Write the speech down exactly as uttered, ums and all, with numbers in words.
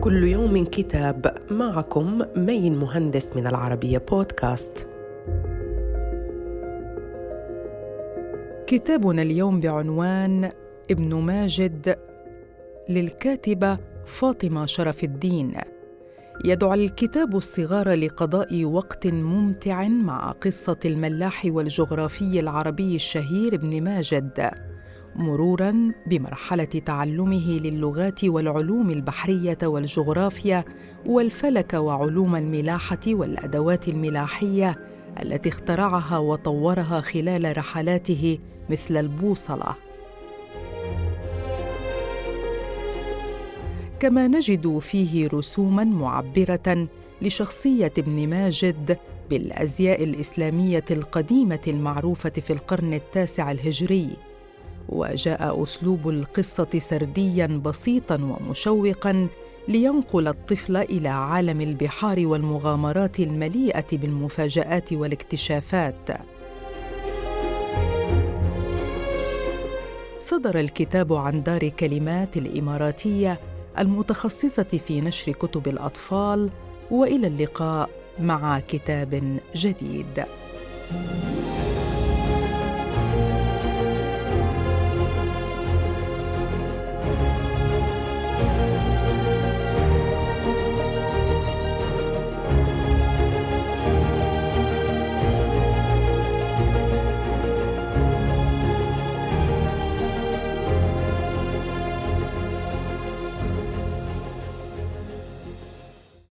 كل يوم كتاب. معكم مين مهندس من العربية بودكاست. كتابنا اليوم بعنوان ابن ماجد للكاتبة فاطمة شرف الدين. يدعو الكتاب الصغار لقضاء وقت ممتع مع قصة الملاح والجغرافي العربي الشهير ابن ماجد، مروراً بمرحلة تعلمه للغات والعلوم البحرية والجغرافيا والفلك وعلوم الملاحة والأدوات الملاحية التي اخترعها وطورها خلال رحلاته مثل البوصلة. كما نجد فيه رسوماً معبرة لشخصية ابن ماجد بالأزياء الإسلامية القديمة المعروفة في القرن التاسع الهجري. وجاء أسلوب القصة سردياً بسيطاً ومشوقاً لينقل الطفل إلى عالم البحار والمغامرات المليئة بالمفاجآت والاكتشافات. صدر الكتاب عن دار كلمات الإماراتية المتخصصة في نشر كتب الأطفال، وإلى اللقاء مع كتاب جديد.